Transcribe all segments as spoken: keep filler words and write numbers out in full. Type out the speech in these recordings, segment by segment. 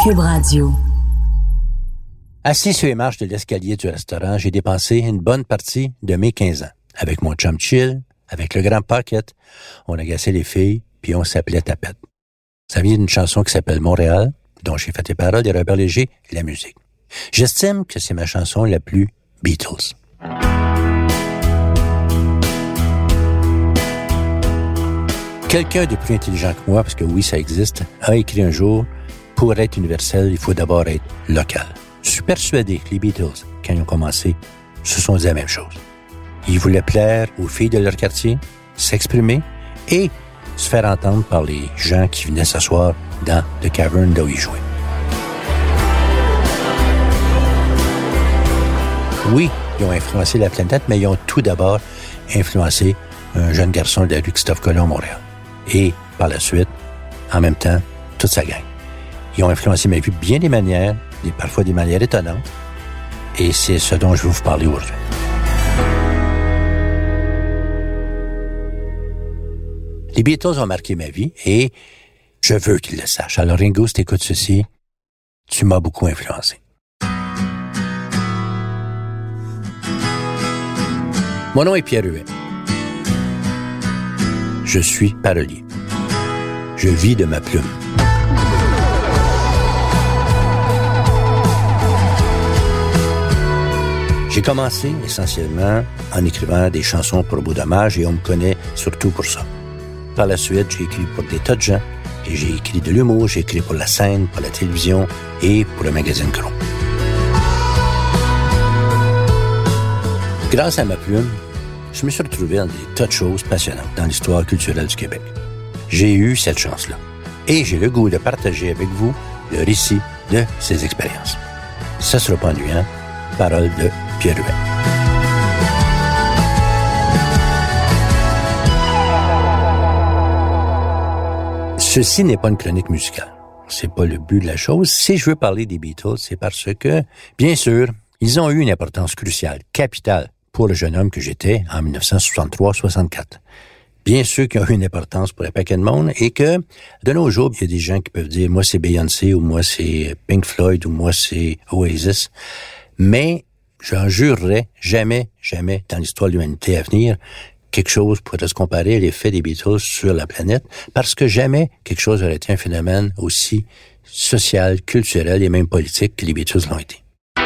Cube Radio. Assis sur les marches de l'escalier du restaurant, j'ai dépensé une bonne partie de mes quinze ans. Avec mon chum chill, avec le grand Pocket, on agaçait les filles, puis on s'appelait tapette. Ça vient d'une chanson qui s'appelle Montréal, dont j'ai fait les paroles et Robert Léger, la musique. J'estime que c'est ma chanson la plus Beatles. Quelqu'un de plus intelligent que moi, parce que oui, ça existe, a écrit un jour, pour être universel, il faut d'abord être local. Je suis persuadé que les Beatles, quand ils ont commencé, se sont dit la même chose. Ils voulaient plaire aux filles de leur quartier, s'exprimer et se faire entendre par les gens qui venaient s'asseoir dans The Cavern d'où ils jouaient. Oui, ils ont influencé la planète, mais ils ont tout d'abord influencé un jeune garçon de la rue Christophe Colomb à Montréal. Et par la suite, en même temps, toute sa gang. Ils ont influencé ma vie bien des manières, et parfois des manières étonnantes. Et c'est ce dont je vais vous parler aujourd'hui. Les Beatles ont marqué ma vie et je veux qu'ils le sachent. Alors Ringo, si t'écoutes ceci, tu m'as beaucoup influencé. Mon nom est Pierre Huet. Je suis parolier. Je vis de ma plume. J'ai commencé essentiellement en écrivant des chansons pour beau dommage et on me connaît surtout pour ça. Par la suite, j'ai écrit pour des tas de gens et j'ai écrit de l'humour, j'ai écrit pour la scène, pour la télévision et pour le magazine Chrome. Grâce à ma plume, je me suis retrouvé dans des tas de choses passionnantes dans l'histoire culturelle du Québec. J'ai eu cette chance-là et j'ai le goût de partager avec vous le récit de ces expériences. Ça sera pas ennuyant. Parole de Pierre Huet. Ceci n'est pas une chronique musicale. C'est pas le but de la chose. Si je veux parler des Beatles, c'est parce que, bien sûr, ils ont eu une importance cruciale, capitale, pour le jeune homme que j'étais en dix-neuf cent soixante-trois soixante-quatre. Bien sûr qu'ils ont eu une importance pour un paquet de monde et que, de nos jours, il y a des gens qui peuvent dire, moi c'est Beyoncé, ou moi c'est Pink Floyd, ou moi c'est Oasis. Mais j'en jurerais jamais, jamais dans l'histoire de l'humanité à venir quelque chose pourrait se comparer à l'effet des Beatles sur la planète, parce que jamais quelque chose aurait été un phénomène aussi social, culturel et même politique que les Beatles l'ont été.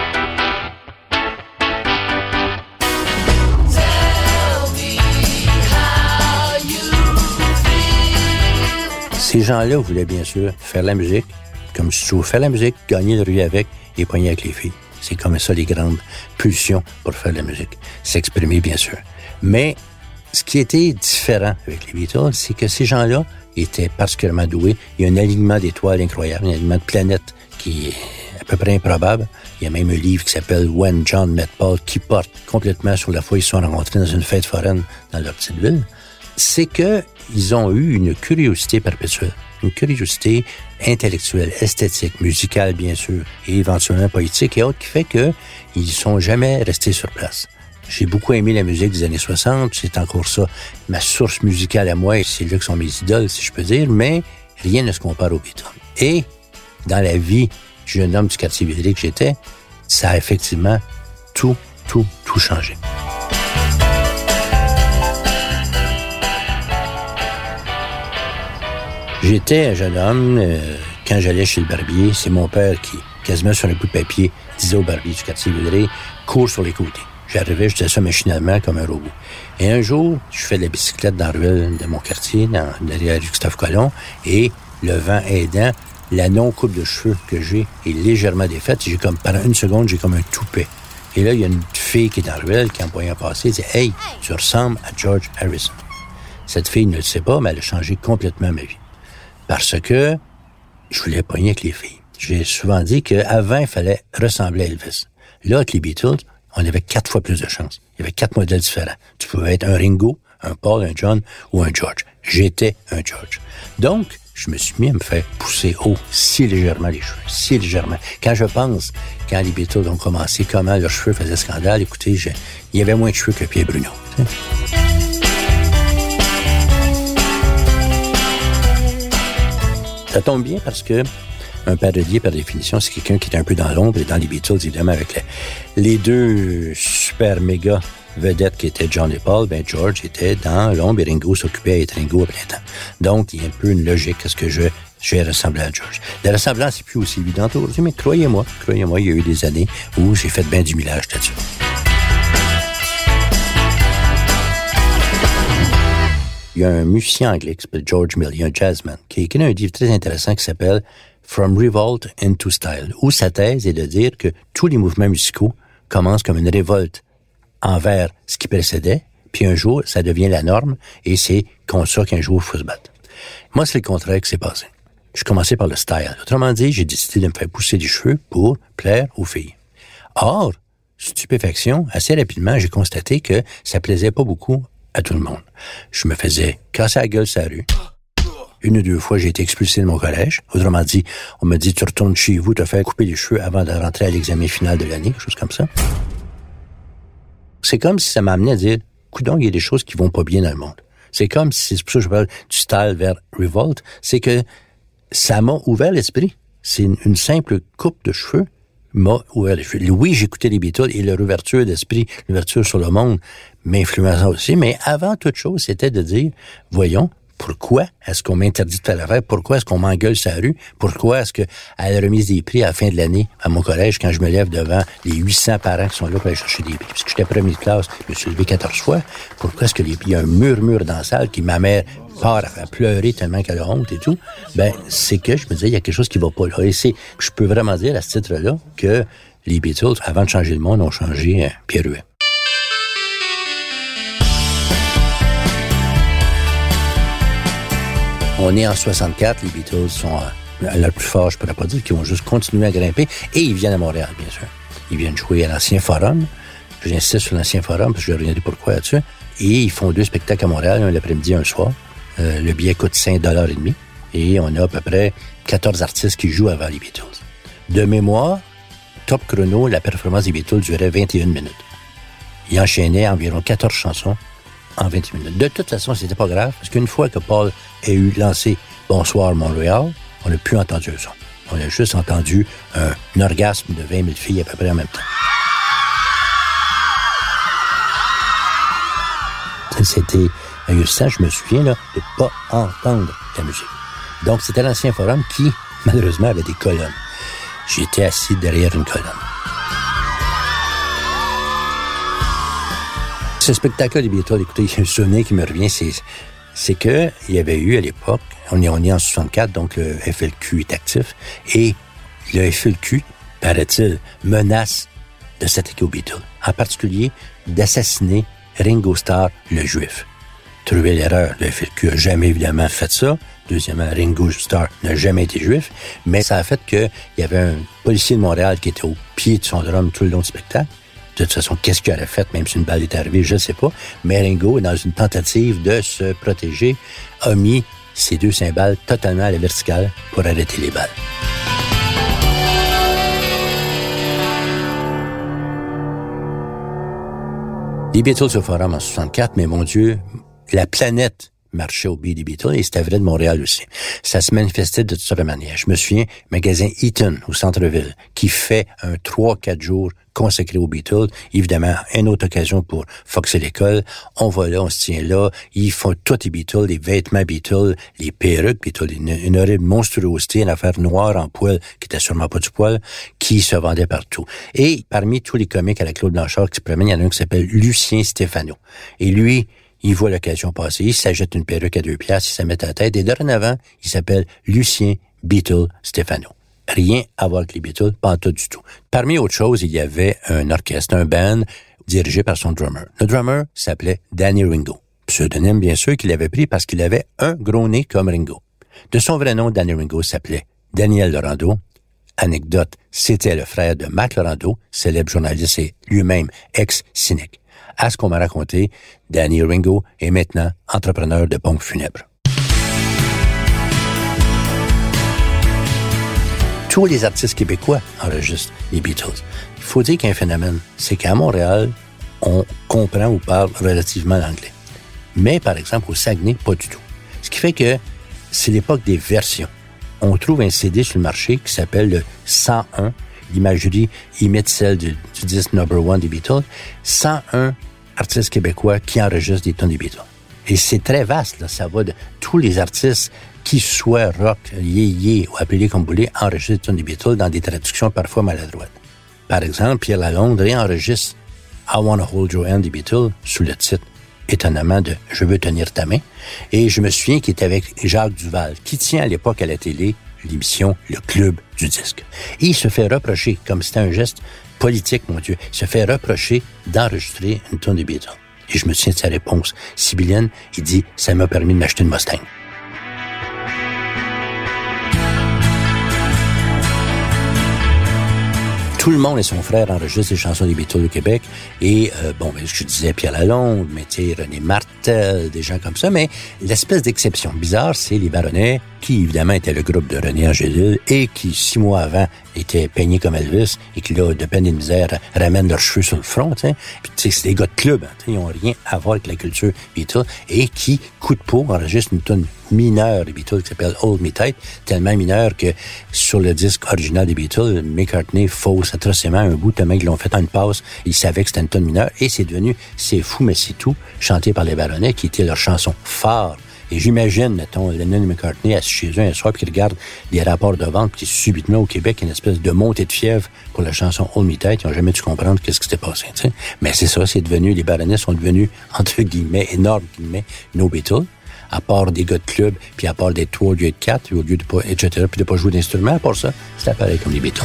Ces gens-là voulaient bien sûr faire la musique, comme si tu veux faire la musique, gagner le riz avec et pogner avec les filles. C'est comme ça les grandes pulsions pour faire de la musique. S'exprimer, bien sûr. Mais ce qui était différent avec les Beatles, c'est que ces gens-là étaient particulièrement doués. Il y a un alignement d'étoiles incroyable, un alignement de planètes qui est à peu près improbable. Il y a même un livre qui s'appelle When John Met Paul, qui porte complètement sur la fois où ils se sont rencontrés dans une fête foraine dans leur petite ville. C'est que ils ont eu une curiosité perpétuelle. Une curiosité intellectuelle, esthétique, musicale, bien sûr, et éventuellement poétique et autres, qui fait que ils sont jamais restés sur place. J'ai beaucoup aimé la musique des années soixante, c'est encore ça, ma source musicale à moi, et c'est là que sont mes idoles, si je peux dire, mais rien ne se compare aux Beatles. Et, dans la vie du jeune homme du quartier Villeray que j'étais, ça a effectivement tout, tout, tout changé. J'étais un jeune homme, euh, quand j'allais chez le barbier, c'est mon père qui, quasiment sur un bout de papier, disait au barbier du quartier Villeray, cours sur les côtés. J'arrivais, je faisais ça machinalement comme un robot. Et un jour, je fais de la bicyclette dans la ruelle de mon quartier, dans, derrière la rue Christophe Colomb, et le vent aidant, la non-coupe de cheveux que j'ai est légèrement défaite. J'ai comme, pendant une seconde, j'ai comme un toupet. Et là, il y a une fille qui est dans la ruelle, qui en voyant passer, dit « Hey, tu ressembles à George Harrison. » Cette fille ne le sait pas, mais elle a changé complètement ma vie. Parce que je voulais pogner avec les filles. J'ai souvent dit qu'avant, il fallait ressembler à Elvis. Là, avec les Beatles, on avait quatre fois plus de chance. Il y avait quatre modèles différents. Tu pouvais être un Ringo, un Paul, un John ou un George. J'étais un George. Donc, je me suis mis à me faire pousser haut, si légèrement les cheveux, si légèrement. Quand je pense, quand les Beatles ont commencé, comment leurs cheveux faisaient scandale, écoutez, je, il y avait moins de cheveux que Pierre Bruno. T'sais. Ça tombe bien parce que Un parolier, par définition, c'est quelqu'un qui est un peu dans l'ombre, et dans les Beatles, évidemment, avec les, les deux super méga vedettes qui étaient John et Paul, ben George était dans l'ombre et Ringo s'occupait à être Ringo à plein temps. Donc, il y a un peu une logique à ce que je, j'ai ressemblé à George. La ressemblance n'est plus aussi évidente aujourd'hui, mais croyez-moi, croyez-moi, il y a eu des années où j'ai fait bien du millage là-dessus. Il y a un musicien anglais qui s'appelle George Mill, il y a un jazzman, qui a écrit un livre très intéressant qui s'appelle From Revolt into Style, où sa thèse est de dire que tous les mouvements musicaux commencent comme une révolte envers ce qui précédait, puis un jour, ça devient la norme, et c'est comme ça qu'un jour, il faut se battre. Moi, c'est le contraire qui s'est passé. Je commençais par le style. Autrement dit, j'ai décidé de me faire pousser les cheveux pour plaire aux filles. Or, stupéfaction, assez rapidement, j'ai constaté que ça plaisait pas beaucoup à tout le monde. Je me faisais casser la gueule sur la rue. Une ou deux fois, j'ai été expulsé de mon collège. Autrement dit, on m'a dit, tu retournes chez vous, te faire couper les cheveux avant de rentrer à l'examen final de l'année, quelque chose comme ça. C'est comme si ça m'amenait à dire, coudonc, il y a des choses qui vont pas bien dans le monde. C'est comme si, c'est pour ça que je parle du style vers revolt, c'est que ça m'a ouvert l'esprit. C'est une, une simple coupe de cheveux m'a ouvert les cheveux. Oui, j'écoutais les Beatles et leur ouverture d'esprit, l'ouverture sur le monde m'influençait aussi, mais avant toute chose, c'était de dire, voyons, pourquoi est-ce qu'on m'interdit de faire l'affaire? Pourquoi est-ce qu'on m'engueule sur la rue? Pourquoi est-ce que, à la remise des prix à la fin de l'année, à mon collège, quand je me lève devant les huit cents parents qui sont là pour aller chercher des prix, parce que j'étais premier de classe, je me suis levé quatorze fois, pourquoi est-ce que les, il y a un murmure dans la salle qui ma mère part à pleurer tellement qu'elle a honte et tout? Ben, c'est que je me disais, il y a quelque chose qui va pas là. Et c'est, je peux vraiment dire à ce titre-là que les Beatles, avant de changer le monde, ont changé euh, Pierre Huet. On est en soixante-quatre, les Beatles sont à leur plus fort, je pourrais pas dire, qu'ils vont juste continuer à grimper, et ils viennent à Montréal, bien sûr. Ils viennent jouer à l'Ancien Forum. J'insiste sur l'Ancien Forum, parce que je vais regarder pourquoi là-dessus. Et ils font deux spectacles à Montréal, un l'après-midi, un soir. Euh, le billet coûte cinq dollars et demi. Et on a à peu près quatorze artistes qui jouent avant les Beatles. De mémoire, top chrono, la performance des Beatles durait vingt et une minutes. Ils enchaînaient environ quatorze chansons en vingt minutes. De toute façon, c'était pas grave, parce qu'une fois que Paul a eu lancé Bonsoir Montréal, on n'a plus entendu le son. On a juste entendu un, un orgasme de vingt mille filles à peu près en même temps. C'était ahurissant, je me souviens, là, de pas entendre la musique. Donc, c'était l'Ancien Forum qui, malheureusement, avait des colonnes. J'étais assis derrière une colonne. Ce spectacle des Beatles, écoutez, il y a un souvenir qui me revient, c'est, c'est que il y avait eu à l'époque, on est, on est en soixante-quatre, donc le F L Q est actif, et le F L Q, paraît-il, menace de s'attaquer aux Beatles, en particulier d'assassiner Ringo Starr, le Juif. Trouvez l'erreur, le F L Q a jamais évidemment fait ça. Deuxièmement, Ringo Starr n'a jamais été juif, mais ça a fait qu'il y avait un policier de Montréal qui était au pied de son drum tout le long du spectacle. De toute façon, qu'est-ce qu'il aurait fait, même si une balle est arrivée, je ne sais pas. Mais Ringo, dans une tentative de se protéger, a mis ses deux cymbales totalement à la verticale pour arrêter les balles. Les Beatles au Forum en soixante-quatre, mais mon Dieu, la planète marchait au beat des Beatles, et c'était vrai de Montréal aussi. Ça se manifestait de toutes sortes de manières. Je me souviens, magasin Eaton, au centre-ville, qui fait un trois quatre jours consacré aux Beatles. Évidemment, une autre occasion pour Fox et l'école. On va là, on se tient là. Ils font tous les Beatles, les vêtements Beatles, les perruques Beatles, une, une horrible monstruosité, une affaire noire en poil, qui était sûrement pas du poil, qui se vendait partout. Et parmi tous les comiques à la Claude Blanchard qui se promènent, il y en a un qui s'appelle Lucien Stéphano. Et lui, il voit l'occasion passer, il s'achète une perruque à deux piastres, il se met à la tête, et dorénavant, il s'appelle Lucien Beatle Stéphano. Rien à voir avec les Beatles, pas tout du tout. Parmi autres choses, il y avait un orchestre, un band, dirigé par son drummer. Le drummer s'appelait Danny Ringo. Pseudonyme, bien sûr, qu'il avait pris parce qu'il avait un gros nez comme Ringo. De son vrai nom, Danny Ringo s'appelait Daniel Lorando. Anecdote, c'était le frère de Mac Lorando, célèbre journaliste et lui-même ex-cynique. À ce qu'on m'a raconté, Danny Ringo est maintenant entrepreneur de pompes funèbres. Tous les artistes québécois enregistrent les Beatles. Il faut dire qu'il y a un phénomène, c'est qu'à Montréal, on comprend ou parle relativement l'anglais. Mais, par exemple, au Saguenay, pas du tout. Ce qui fait que c'est l'époque des versions. on trouve un C D sur le marché qui s'appelle le cent un. L'imagerie imite celle du, du disque number one des Beatles. cent un artistes québécois qui enregistrent des tonnes des Beatles. Et c'est très vaste, là. Ça va de tous les artistes qui soient rock, yé-yé ou appelés comme vous voulez, enregistrent des tonnes des Beatles dans des traductions parfois maladroites. Par exemple, Pierre Lalonde réenregistre I Wanna Hold Your Hand des Beatles sous le titre, étonnamment, de Je veux tenir ta main. Et je me souviens qu'il était avec Jacques Duval, qui tient à l'époque à la télé l'émission Le Club du disque. Et il se fait reprocher, comme c'était un geste politique, mon Dieu, il se fait reprocher d'enregistrer une tonne des Beatles. Et je me souviens de sa réponse sibylline, il dit « Ça m'a permis de m'acheter une Mustang ». Tout le monde et son frère enregistrent des chansons des Beatles au Québec. Et, euh, bon, je disais Pierre Lalonde, mais tu sais, René Martel, des gens comme ça. Mais l'espèce d'exception bizarre, c'est les Baronnets, qui évidemment étaient le groupe de René Angélil et qui, six mois avant, étaient peignés comme Elvis et qui, là, de peine et de misère, ramènent leurs cheveux sur le front, tu sais. Puis, tu sais, c'est des gars de club, hein, ils n'ont rien à voir avec la culture Beatles et qui, coup de peau, enregistrent une tonne mineure des Beatles qui s'appelle Hold Me Tight, tellement mineure que sur le disque original des Beatles, McCartney fausse atrocement un bout, tellement qu'ils l'ont fait en une passe, ils savaient que c'était une tonne mineure et c'est devenu C'est fou mais c'est tout, chanté par les Baronnets, qui était leur chanson phare. Et j'imagine, mettons, Lennon et McCartney assis chez eux un soir, puis qui regardent les rapports de vente, qui subitement au Québec, une espèce de montée de fièvre pour la chanson Hold Me Tight. Ils n'ont jamais dû comprendre qu'est-ce qui s'était passé, tu sais. Mais c'est ça, c'est devenu, les Baronnets sont devenus, entre guillemets, énormes guillemets, nos Beatles. À part des gars de club, puis à part d'être trois au lieu de quatre, au lieu de pas, et cetera, puis de pas jouer d'instruments, à part ça, c'est pareil comme les Beatles.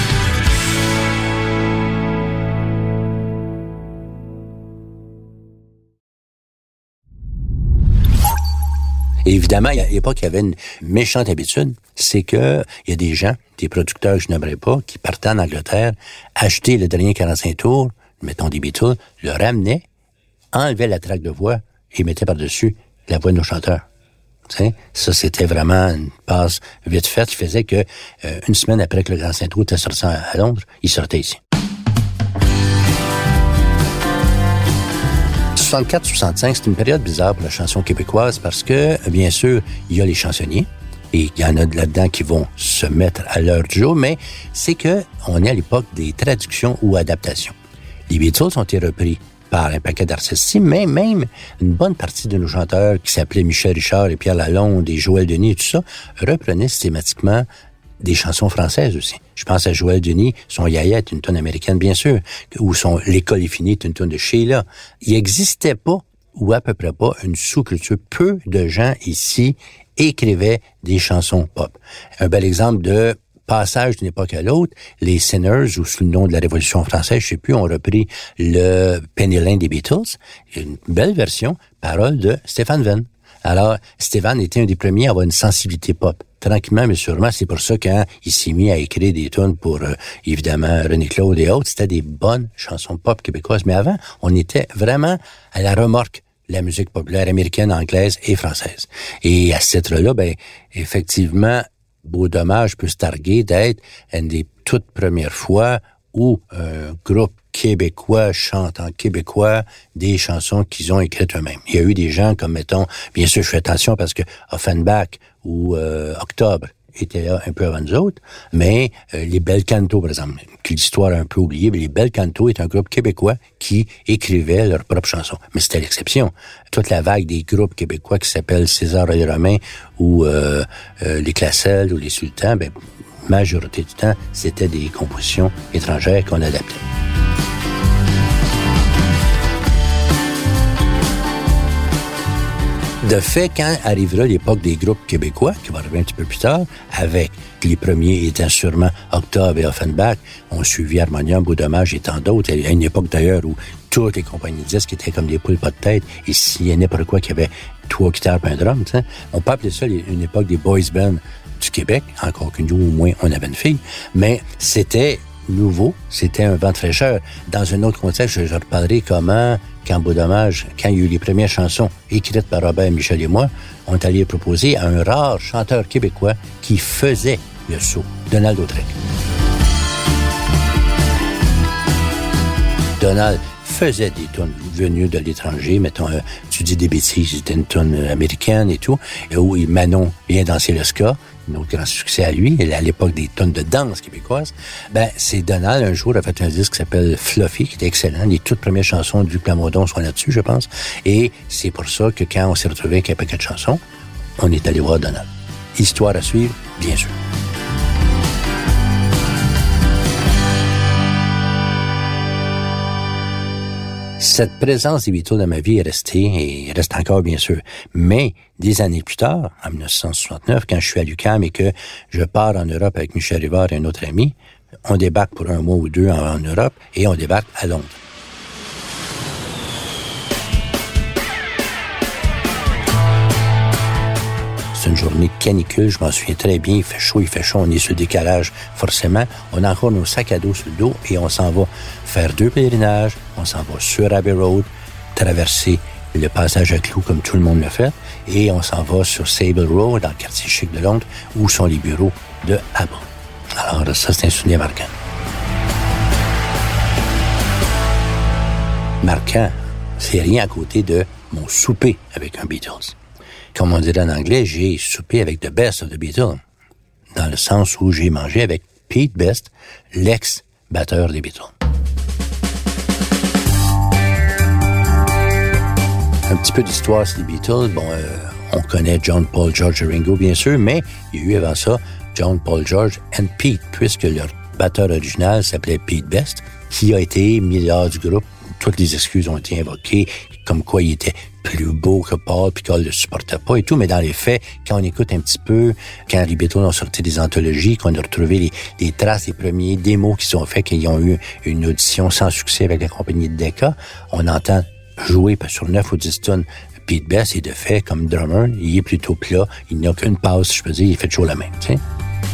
Et évidemment, à l'époque, il y avait une méchante habitude, c'est que il y a des gens, des producteurs que je n'aimerais pas, qui partaient en Angleterre, achetaient le dernier quarante-cinq tours, mettons des Beatles, le ramenaient, enlevaient la traque de voix et mettaient par-dessus la voix de nos chanteurs. T'sais, ça, c'était vraiment une passe vite faite qui faisait que euh, une semaine après que le Grand Saint-Trou était sorti à Londres, il sortait ici. soixante-quatre soixante-cinq, c'est une période bizarre pour la chanson québécoise parce que, bien sûr, il y a les chansonniers et il y en a là-dedans qui vont se mettre à l'heure du jour, mais c'est que on est à l'époque des traductions ou adaptations. Les Beatles ont été repris par un paquet d'artistes, mais même une bonne partie de nos chanteurs qui s'appelaient Michel Richard et Pierre Lalonde et Joël Denis et tout ça, reprenaient systématiquement des chansons françaises aussi. Je pense à Joël Denis, son Yaya est une tonne américaine, bien sûr, ou son L'école est finie est une tonne de Sheila. Il n'existait pas, ou à peu près pas, une sous-culture. Peu de gens ici écrivaient des chansons pop. Un bel exemple de passage d'une époque à l'autre, les Sinners, ou sous le nom de la Révolution française, je sais plus, ont repris le Penny Lane des Beatles, une belle version, parole de Stéphane Venn. Alors, Stéphane était un des premiers à avoir une sensibilité pop. Tranquillement, mais sûrement, c'est pour ça qu'il s'est mis à écrire des tunes pour, euh, évidemment, René Claude et autres. C'était des bonnes chansons pop québécoises. Mais avant, on était vraiment à la remorque de la musique populaire américaine, anglaise et française. Et à ce titre-là, ben, effectivement, Beau Dommage peut se targuer d'être une des toutes premières fois où un groupe québécois chante en québécois des chansons qu'ils ont écrites eux-mêmes. Il y a eu des gens comme, mettons, bien sûr, je fais attention parce que Offenbach ou euh, Octobre étaient là un peu avant nous autres, mais euh, les Bel Canto, par exemple, que l'histoire a un peu oublié, mais les Bel Canto est un groupe québécois qui écrivait leurs propres chansons. Mais c'était l'exception. Toute la vague des groupes québécois qui s'appellent César et Romain ou euh, euh, les Classels ou les Sultans, ben, majorité du temps, c'était des compositions étrangères qu'on adaptait. De fait, quand arrivera l'époque des groupes québécois, qui va arriver un petit peu plus tard, avec les premiers étant sûrement Octobre et Offenbach, ont suivi Harmonium, Beau Dommage et tant d'autres, à une époque d'ailleurs où toutes les compagnies de disques étaient comme des poules pas de tête, et s'il y a n'importe quoi qu'il y avait trois guitares et un drum, t'sais, on peut appeler ça une époque des boys bands du Québec, encore qu'une jour au moins on avait une fille, mais c'était nouveau, c'était un vent de fraîcheur. Dans un autre contexte, je, je reparlerai comment, quand Beau Dommage, quand il y a eu les premières chansons écrites par Robert, Michel et moi, on est allé proposer à un rare chanteur québécois qui faisait le saut, Donald Autrec. Donald faisait des tunes venues de l'étranger, mettons, euh, tu dis des bêtises, c'était une tune américaine et tout, et où Manon vient danser le ska, un autre grand succès à lui, à l'époque des tonnes de danse québécoises, ben, c'est Donald, un jour, a fait un disque qui s'appelle Fluffy, qui était excellent. Les toutes premières chansons du Plamondon sont là-dessus, je pense. Et c'est pour ça que quand on s'est retrouvé avec un paquet de chansons, on est allé voir Donald. Histoire à suivre, bien sûr. Cette présence des Beatles dans ma vie est restée et reste encore, bien sûr. Mais des années plus tard, en dix-neuf cent soixante-neuf, quand je suis à l'U Q A M et que je pars en Europe avec Michel Rivard et un autre ami, on débarque pour un mois ou deux en, en Europe et on débarque à Londres. C'est une journée canicule, je m'en souviens très bien, il fait chaud, il fait chaud, on est sur le décalage, forcément. On a encore nos sacs à dos sur le dos et on s'en va faire deux pèlerinages, on s'en va sur Abbey Road, traverser le passage à Clous comme tout le monde le fait, et on s'en va sur Sable Road, dans le quartier chic de Londres, où sont les bureaux de Apple. Alors ça, c'est un souvenir marquant. Marquant, c'est rien à côté de mon souper avec un Beatles. Comme on dirait en anglais, j'ai soupé avec the best of the Beatles, dans le sens où j'ai mangé avec Pete Best, l'ex-batteur des Beatles. Un petit peu d'histoire sur les Beatles. Bon, euh, on connaît John, Paul, George et Ringo, bien sûr, mais il y a eu avant ça John, Paul, George and Pete, puisque leur batteur original s'appelait Pete Best, qui a été mis dehors du groupe. Toutes les excuses ont été invoquées, comme quoi il était plus beau que Paul, puis qu'on le supportait pas et tout, mais dans les faits, quand on écoute un petit peu, quand les Beatles ont sorti des anthologies, qu'on a retrouvé les, les traces des premiers démos qui sont faits, qu'ils ont eu une audition sans succès avec la compagnie de Decca, on entend jouer sur neuf ou dix tonnes Pete Best, et de fait, comme drummer, il est plutôt plat, il n'a qu'une passe, je peux dire, il fait toujours la même, tu sais.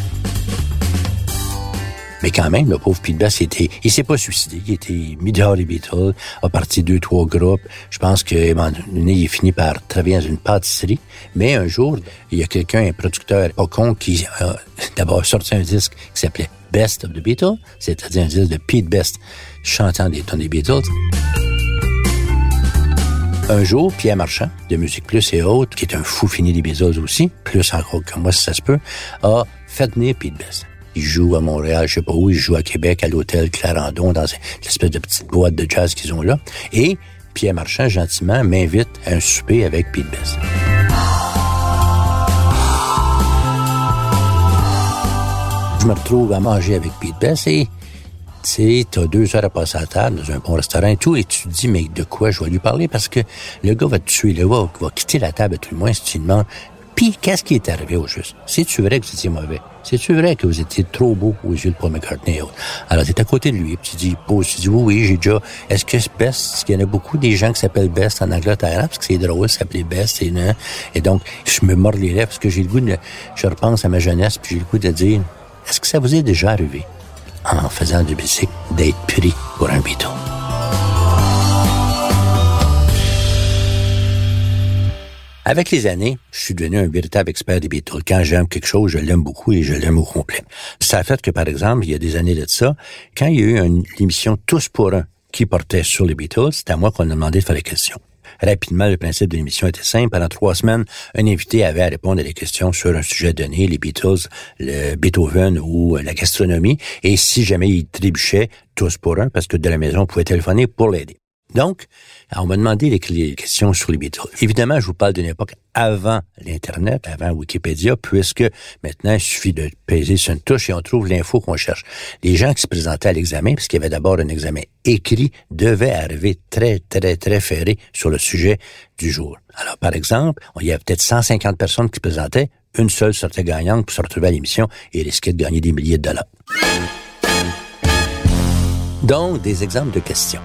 Mais quand même, le pauvre Pete Best, il, était, il s'est pas suicidé. Il était mis dehors des Beatles, a parti deux, trois groupes. Je pense qu'à un moment donné, il finit par travailler dans une pâtisserie. Mais un jour, il y a quelqu'un, un producteur pas con, qui a d'abord sorti un disque qui s'appelait Best of the Beatles, c'est-à-dire un disque de Pete Best chantant des tonnes des Beatles. Un jour, Pierre Marchand, de Musique Plus et autres, qui est un fou fini des Beatles aussi, plus encore que moi si ça se peut, a fait venir Pete Best. Il joue à Montréal, je sais pas où, il joue à Québec, à l'hôtel Clarendon, dans une espèce de petite boîte de jazz qu'ils ont là. Et Pierre Marchand, gentiment, m'invite à un souper avec Pete Best. Je me retrouve à manger avec Pete Best et, tu sais, t'as deux heures à passer à la table dans un bon restaurant et tout, et tu te dis, mais de quoi je vais lui parler? Parce que le gars va te tuer, le gars va quitter la table à tout le moins si tu lui demandes. Puis, qu'est-ce qui est arrivé au juste? C'est-tu vrai que vous étiez mauvais? C'est-tu vrai que vous étiez trop beau aux yeux de Paul McCartney et autres? Alors, t'es à côté de lui, puis tu dis, pose, tu dis, oui, oui, j'ai déjà, est-ce que c'est Best? Parce qu'il y en a beaucoup des gens qui s'appellent Best en Angleterre, parce que c'est drôle, ça s'appelait Best, et, non. Et donc, je me mords les lèvres, parce que j'ai le goût de, je repense à ma jeunesse, puis j'ai le goût de dire, est-ce que ça vous est déjà arrivé, en faisant du bicycle, d'être pris pour un Beatle? Avec les années, je suis devenu un véritable expert des Beatles. Quand j'aime quelque chose, je l'aime beaucoup et je l'aime au complet. Ça a fait que, par exemple, il y a des années de ça, quand il y a eu une émission Tous pour un qui portait sur les Beatles, c'était à moi qu'on a demandé de faire les questions. Rapidement, le principe de l'émission était simple. Pendant trois semaines, un invité avait à répondre à des questions sur un sujet donné, les Beatles, le Beethoven ou la gastronomie. Et si jamais il trébuchait, Tous pour un, parce que de la maison, on pouvait téléphoner pour l'aider. Donc, on m'a demandé les, les questions sur les Beatles. Évidemment, je vous parle d'une époque avant l'Internet, avant Wikipédia, puisque maintenant, il suffit de peser sur une touche et on trouve l'info qu'on cherche. Les gens qui se présentaient à l'examen, parce qu'il y avait d'abord un examen écrit, devaient arriver très, très, très ferrés sur le sujet du jour. Alors, par exemple, il y avait peut-être cent cinquante personnes qui se présentaient, une seule sortait gagnante pour se retrouver à l'émission et risquait de gagner des milliers de dollars. Donc, des exemples de questions.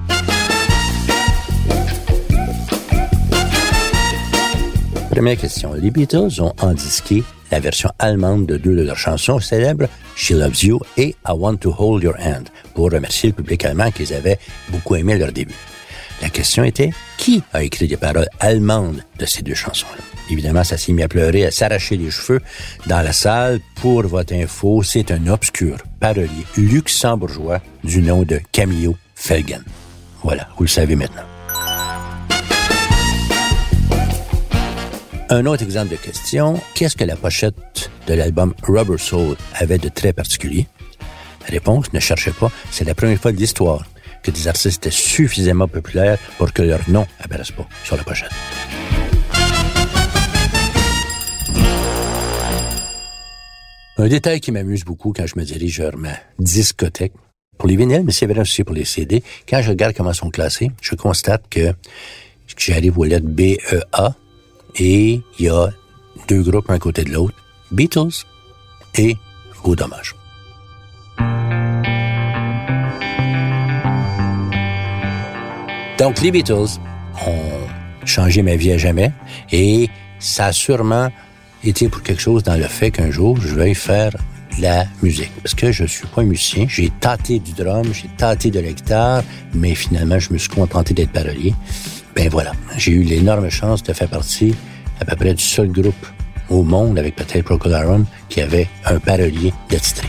Première question. Les Beatles ont endisqué la version allemande de deux de leurs chansons célèbres, She Loves You et I Want to Hold Your Hand, pour remercier le public allemand qui les avait beaucoup aimés à leur début. La question était, qui a écrit les paroles allemandes de ces deux chansons-là? Évidemment, ça s'est mis à pleurer, à s'arracher les cheveux dans la salle. Pour votre info, c'est un obscur parolier luxembourgeois du nom de Camillo Felgen. Voilà, vous le savez maintenant. Un autre exemple de question, qu'est-ce que la pochette de l'album Rubber Soul avait de très particulier? Réponse, ne cherchez pas, c'est la première fois de l'histoire que des artistes étaient suffisamment populaires pour que leur nom apparaisse pas sur la pochette. Un détail qui m'amuse beaucoup quand je me dirige vers ma discothèque, pour les vinyles, mais c'est vrai aussi pour les C D, quand je regarde comment ils sont classés, je constate que j'arrive aux lettres B, E, A, et il y a deux groupes un côté de l'autre, Beatles et Beau Dommage. Donc, les Beatles ont changé ma vie à jamais et ça a sûrement été pour quelque chose dans le fait qu'un jour, je veuille faire de la musique. Parce que je suis pas un musicien. J'ai tâté du drum, j'ai tâté de la guitare, mais finalement, je me suis contenté d'être parolier. Ben voilà, j'ai eu l'énorme chance de faire partie à peu près du seul groupe au monde, avec peut-être Procol Harum, qui avait un parolier d'attitré.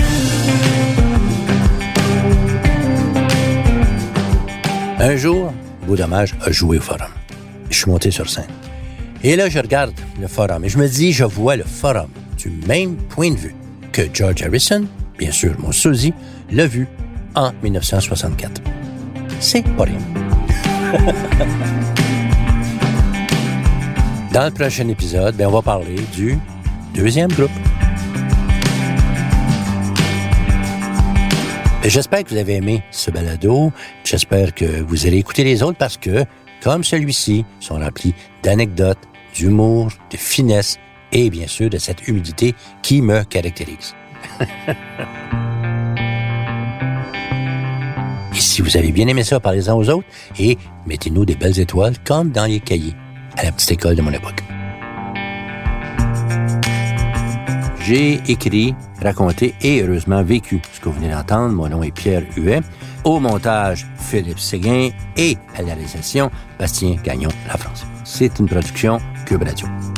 Un jour, Beau Dommage a joué au Forum. Je suis monté sur scène. Et là, je regarde le Forum et je me dis, je vois le Forum du même point de vue que George Harrison, bien sûr, mon sosie, l'a vu en dix-neuf cent soixante-quatre. C'est pas rien. Dans le prochain épisode, ben, on va parler du deuxième groupe. J'espère que vous avez aimé ce balado. J'espère que vous allez écouter les autres parce que, comme celui-ci, sont remplis d'anecdotes, d'humour, de finesse et bien sûr de cette humilité qui me caractérise. Et si vous avez bien aimé ça, parlez-en aux autres et mettez-nous des belles étoiles comme dans les cahiers à la petite école de mon époque. J'ai écrit, raconté et heureusement vécu ce que vous venez d'entendre. Mon nom est Pierre Huet. Au montage, Philippe Séguin et à la réalisation, Bastien Gagnon, La France. C'est une production Cube Radio.